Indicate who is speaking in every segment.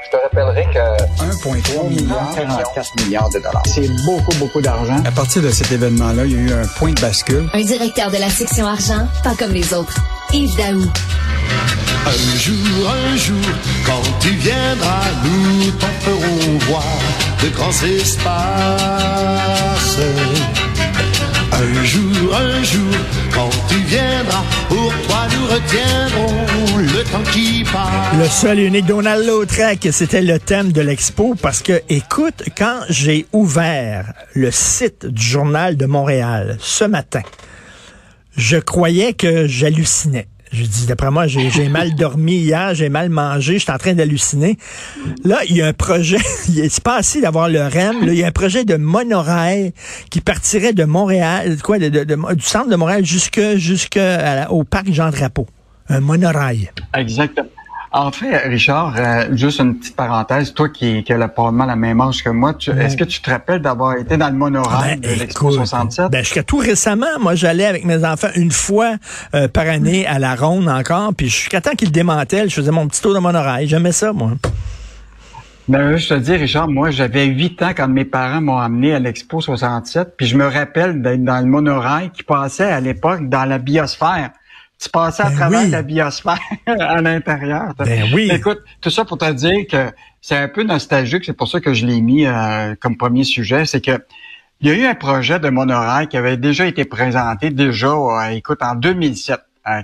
Speaker 1: Je te rappellerai que
Speaker 2: 1,3 milliard, 44 milliards de dollars. C'est beaucoup, beaucoup d'argent.
Speaker 3: À partir de cet événement-là, il y a eu un point de bascule.
Speaker 4: Un directeur de la section argent, pas comme les autres. Yves Daou.
Speaker 5: Un jour, quand tu viendras, nous t'en ferons voir de grands espaces. Un jour, quand tu viendras, pour toi nous retiendrons le temps qui passe.
Speaker 6: Le seul et unique Donald Lautrec, c'était le thème de l'expo parce que, écoute, quand j'ai ouvert le site du Journal de Montréal ce matin, je croyais que j'hallucinais. Je dis, d'après moi, j'ai mal dormi hier, j'ai mal mangé, je suis en train d'halluciner. Là, il y a un projet, c'est pas assez d'avoir le REM, là, il y a un projet de monorail qui partirait de Montréal, du centre de Montréal au parc Jean-Drapeau. Un monorail.
Speaker 2: Exactement. En fait, Richard, juste une petite parenthèse, toi qui as probablement la même âge que moi, est-ce que tu te rappelles d'avoir été dans le monorail de l'Expo 67?
Speaker 6: Jusqu'à tout récemment, moi j'allais avec mes enfants une fois par année à la Ronde encore, puis jusqu'à temps qu'ils le démantèlent, je faisais mon petit tour de monorail. J'aimais ça, moi.
Speaker 2: Ben, je te dis, Richard, moi, j'avais 8 ans quand mes parents m'ont amené à l'Expo 67, puis je me rappelle d'être dans le monorail qui passait à l'époque dans la biosphère. Tu passais à travers la biosphère à l'intérieur.
Speaker 6: Oui.
Speaker 2: Écoute, tout ça pour te dire que c'est un peu nostalgique, c'est pour ça que je l'ai mis comme premier sujet, c'est que il y a eu un projet de monorail qui avait déjà été présenté en 2007,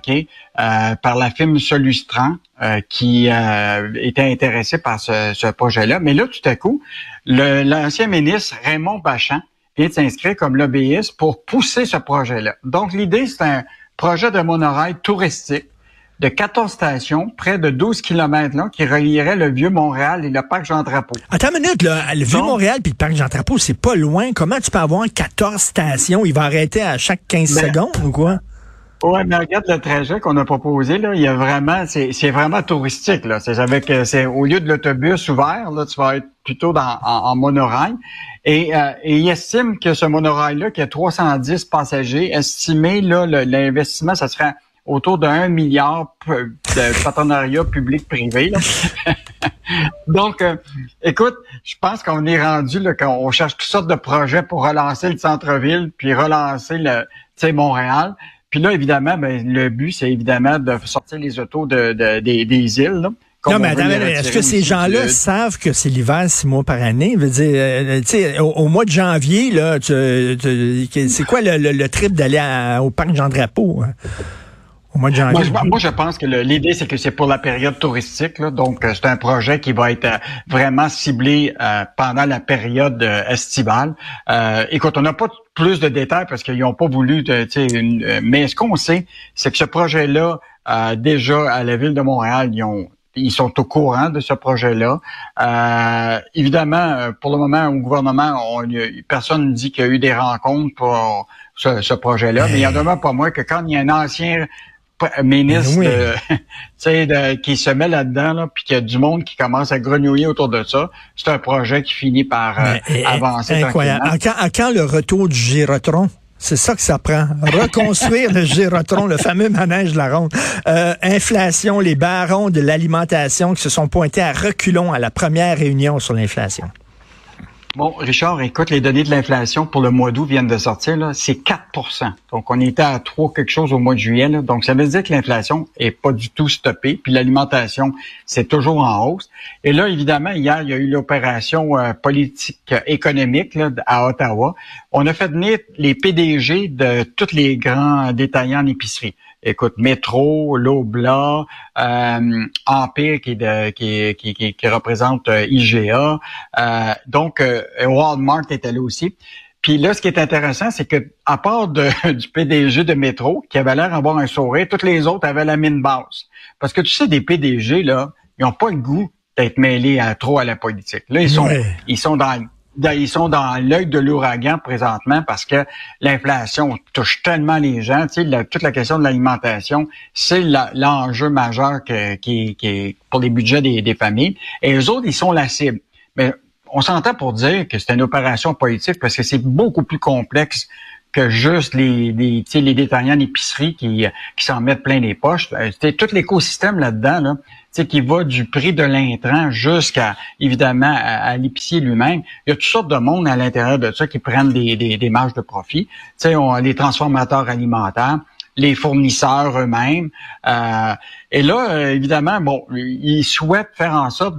Speaker 2: par la firme Solustran qui était intéressée par ce projet-là. Mais là, tout à coup, l'ancien ministre Raymond Bachand vient de s'inscrire comme lobbyiste pour pousser ce projet-là. Donc, l'idée, c'est un projet de monorail touristique de 14 stations, près de 12 kilomètres, là, qui relierait le Vieux-Montréal et le parc Jean-Drapeau.
Speaker 6: Attends une minute, là. Le Vieux-Montréal puis le parc Jean-Drapeau, c'est pas loin. Comment tu peux avoir 14 stations? Il va arrêter à chaque 15 secondes ou quoi?
Speaker 2: Ouais, mais regarde le trajet qu'on a proposé, là. Il y a vraiment, c'est vraiment touristique, là. C'est au lieu de l'autobus ouvert, là, tu vas être plutôt en monorail. Et il estime que ce monorail-là, qui a 310 passagers, estimé, là, l'investissement, ça serait autour de 1 milliard de partenariat public-privé, là. Donc, écoute, je pense qu'on est rendu, là, qu'on cherche toutes sortes de projets pour relancer le centre-ville, puis relancer Montréal. Puis là, évidemment, le but, c'est évidemment de sortir les autos des îles, là.
Speaker 6: Non, mais attends, est-ce que ces gens-là savent que c'est l'hiver 6 mois par année? Je veux dire, tu sais, au mois de janvier, là, c'est quoi le trip d'aller au parc Jean-Drapeau? Hein? Au mois de janvier.
Speaker 2: Moi, je pense que l'idée, c'est que c'est pour la période touristique, là. Donc, c'est un projet qui va être vraiment ciblé pendant la période estivale. Écoute, on n'a pas plus de détails parce qu'ils n'ont pas voulu, mais ce qu'on sait, c'est que ce projet-là, déjà à la Ville de Montréal, ils sont au courant de ce projet-là. Évidemment, pour le moment, au gouvernement, personne ne dit qu'il y a eu des rencontres pour ce projet-là, mais il y en demeure pas moins que quand il y a un ancien ministre qui se met là-dedans, là, puis qu'il y a du monde qui commence à grenouiller autour de ça, c'est un projet qui finit par avancer.
Speaker 6: Incroyable. À quand le retour du Gyrotron? C'est ça que ça prend. Reconstruire le Gyrotron, le fameux manège de la Ronde. Inflation, les barons de l'alimentation qui se sont pointés à reculons à la première réunion sur l'inflation.
Speaker 2: Bon, Richard, écoute, les données de l'inflation pour le mois d'août viennent de sortir, là, c'est 4%. Donc, on était à 3 quelque chose au mois de juillet, là. Donc, ça veut dire que l'inflation est pas du tout stoppée. Puis l'alimentation, c'est toujours en hausse. Et là, évidemment, hier, il y a eu l'opération politique économique là, à Ottawa. On a fait venir les PDG de tous les grands détaillants en épicerie. Écoute, Métro, Loblaw, Empire qui représente IGA, donc Walmart était là aussi. Puis là, ce qui est intéressant, c'est que à part du PDG de Métro, qui avait l'air d'avoir un sourire, toutes les autres avaient la mine basse. Parce que tu sais, des PDG là, ils n'ont pas le goût d'être mêlés trop à la politique. Là, ils sont dans l'œil de l'ouragan présentement parce que l'inflation touche tellement les gens. Tu sais, toute la question de l'alimentation, c'est l'enjeu majeur qui est pour les budgets des familles. Et eux autres, ils sont la cible. Mais on s'entend pour dire que c'est une opération politique parce que c'est beaucoup plus complexe que juste les détaillants d'épicerie qui s'en mettent plein les poches. C'est tout l'écosystème là-dedans, là, qui va du prix de l'intrant jusqu'à, évidemment, à l'épicier lui-même. Il y a toutes sortes de monde à l'intérieur de ça qui prennent des marges de profit. Les transformateurs alimentaires, les fournisseurs eux-mêmes. Et là, évidemment, ils souhaitent faire en sorte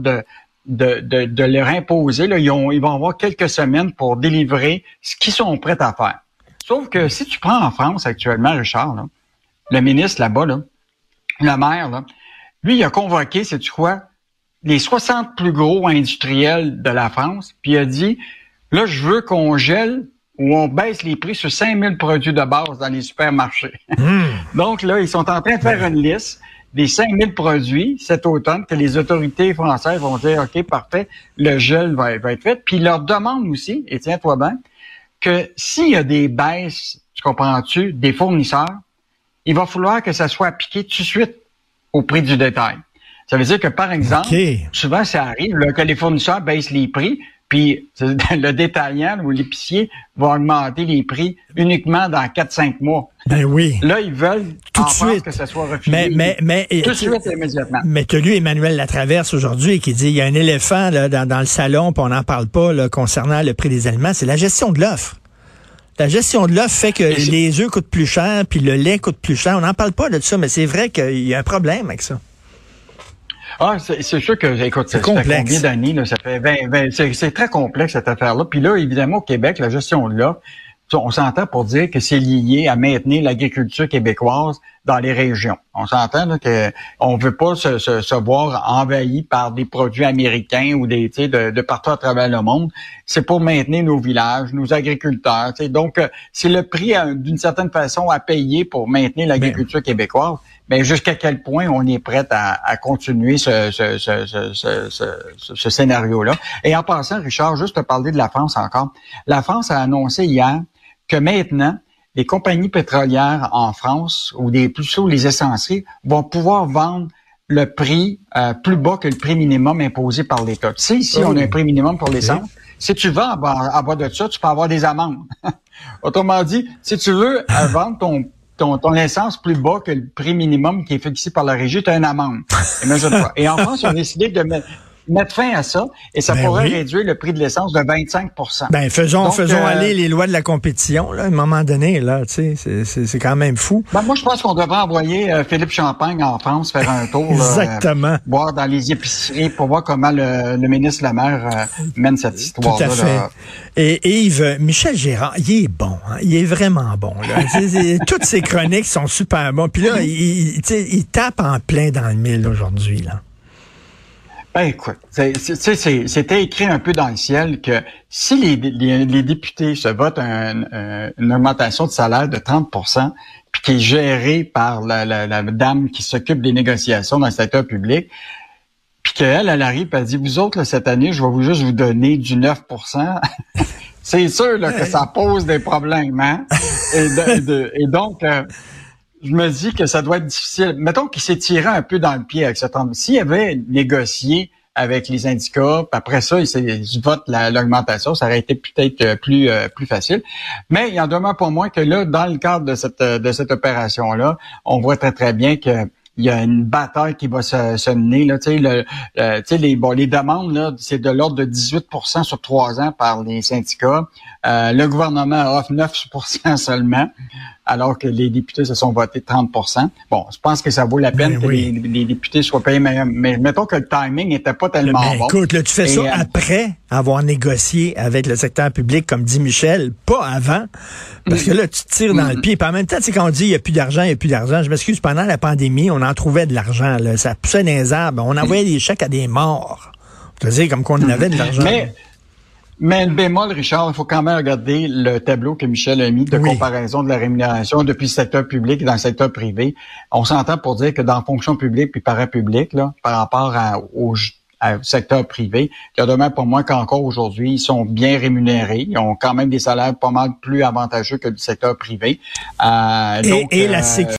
Speaker 2: de leur imposer. Là, ils vont avoir quelques semaines pour délivrer ce qu'ils sont prêts à faire. Sauf que si tu prends en France actuellement, Richard, là, le ministre là-bas, là, le maire, là, lui, il a convoqué, sais-tu quoi, les 60 plus gros industriels de la France, puis il a dit, là, je veux qu'on gèle ou on baisse les prix sur 5000 produits de base dans les supermarchés. Donc là, ils sont en train de faire une liste des 5000 produits cet automne que les autorités françaises vont dire, OK, parfait, le gel va être fait. Puis ils leur demandent aussi, et tiens-toi bien, que s'il y a des baisses, tu comprends-tu, des fournisseurs, il va falloir que ça soit appliqué tout de suite au prix du détail. Ça veut dire que, par exemple, souvent, ça arrive là, que les fournisseurs baissent les prix, puis le détaillant ou l'épicier va augmenter les prix uniquement dans 4-5 mois.
Speaker 6: Ben oui.
Speaker 2: Là, ils veulent
Speaker 6: tout de suite
Speaker 2: que ça soit refusé.
Speaker 6: Mais
Speaker 2: tout de suite, immédiatement.
Speaker 6: Mais tu as lu Emmanuel Latraverse aujourd'hui qui dit il y a un éléphant là, dans le salon, puis on n'en parle pas là, concernant le prix des aliments, c'est la gestion de l'offre. La gestion de l'offre fait que les œufs coûtent plus cher, puis le lait coûte plus cher. On n'en parle pas de ça, mais c'est vrai qu'il y a un problème avec ça.
Speaker 2: Ah, c'est sûr que, écoute, ça fait combien d'années, là? Ça fait 20 c'est très complexe, cette affaire-là. Puis là, évidemment, au Québec, la gestion de l'offre, on s'entend pour dire que c'est lié à maintenir l'agriculture québécoise dans les régions. On s'entend là, que on veut pas se voir envahi par des produits américains ou des de partout à travers le monde. C'est pour maintenir nos villages, nos agriculteurs. Donc, c'est le prix d'une certaine façon à payer pour maintenir l'agriculture québécoise. Mais jusqu'à quel point on est prêt à continuer ce scénario-là. Et en passant, Richard, juste te parler de la France encore. La France a annoncé hier que maintenant, les compagnies pétrolières en France, ou plutôt les essenciers, vont pouvoir vendre le prix plus bas que le prix minimum imposé par l'État. Tu sais, ici, on a un prix minimum pour l'essence. Si tu vends en bas de ça, tu peux avoir des amendes. Autrement dit, si tu veux vendre ton essence plus bas que le prix minimum qui est fixé par la régie, tu as une amende. Imagine-toi. Et en France, ils ont décidé de mettre fin à ça, et ça pourrait réduire le prix de l'essence de 25 %.
Speaker 6: Ben, faisons aller les lois de la compétition, là, à un moment donné, là, tu sais, c'est quand même fou.
Speaker 2: Ben, moi, je pense qu'on devrait envoyer Philippe Champagne en France faire un tour,
Speaker 6: exactement.
Speaker 2: Là, voir dans les épiceries pour voir comment le ministre Lemaire mène cette histoire-là.
Speaker 6: Tout à fait. Là. Et Yves, Michel Gérard, il est bon, hein? Il est vraiment bon, là. Toutes ses chroniques sont super bonnes. Puis là, il tape en plein dans le mille aujourd'hui, là.
Speaker 2: Ben écoute, c'était écrit un peu dans le ciel que si les députés se votent une augmentation de salaire de 30 %, puis qui est gérée par la dame qui s'occupe des négociations dans le secteur public, puis qu'elle arrive et elle dit, vous autres, là, cette année, je vais juste vous donner du 9 %, c'est sûr là, que ça pose des problèmes, hein? Et donc... je me dis que ça doit être difficile. Mettons qu'il s'est tiré un peu dans le pied avec cette homme. S'il avait négocié avec les syndicats, puis après ça, il vote l'augmentation, ça aurait été peut-être plus facile. Mais il en demeure pas moins que là, dans le cadre de cette opération-là, on voit très, très bien que il y a une bataille qui va se mener. Là, les demandes, là, c'est de l'ordre de 18 % sur 3 ans par les syndicats. Le gouvernement offre 9 % seulement, alors que les députés se sont votés 30 % Bon, je pense que ça vaut la peine que les députés soient payés, mais mettons que le timing n'était pas tellement bon.
Speaker 6: Écoute, là, tu fais ça après avoir négocié avec le secteur public, comme dit Michel, pas avant, parce que là, tu te tires dans le pied. Puis en même temps, tu sais, quand on dit il n'y a plus d'argent, je m'excuse, pendant la pandémie, on en trouvait de l'argent, là, ça poussait dans les arbres, on envoyait des chèques à des morts. Je veux dire, comme qu'on avait de l'argent.
Speaker 2: Mais le bémol, Richard, il faut quand même regarder le tableau que Michel a mis de comparaison de la rémunération depuis le secteur public et dans le secteur privé. On s'entend pour dire que dans la fonction publique puis parapublique, là, par rapport au secteur privé, il y a demain pour moi qu'encore aujourd'hui, ils sont bien rémunérés. Ils ont quand même des salaires pas mal plus avantageux que le secteur privé.
Speaker 6: Et la sécurité.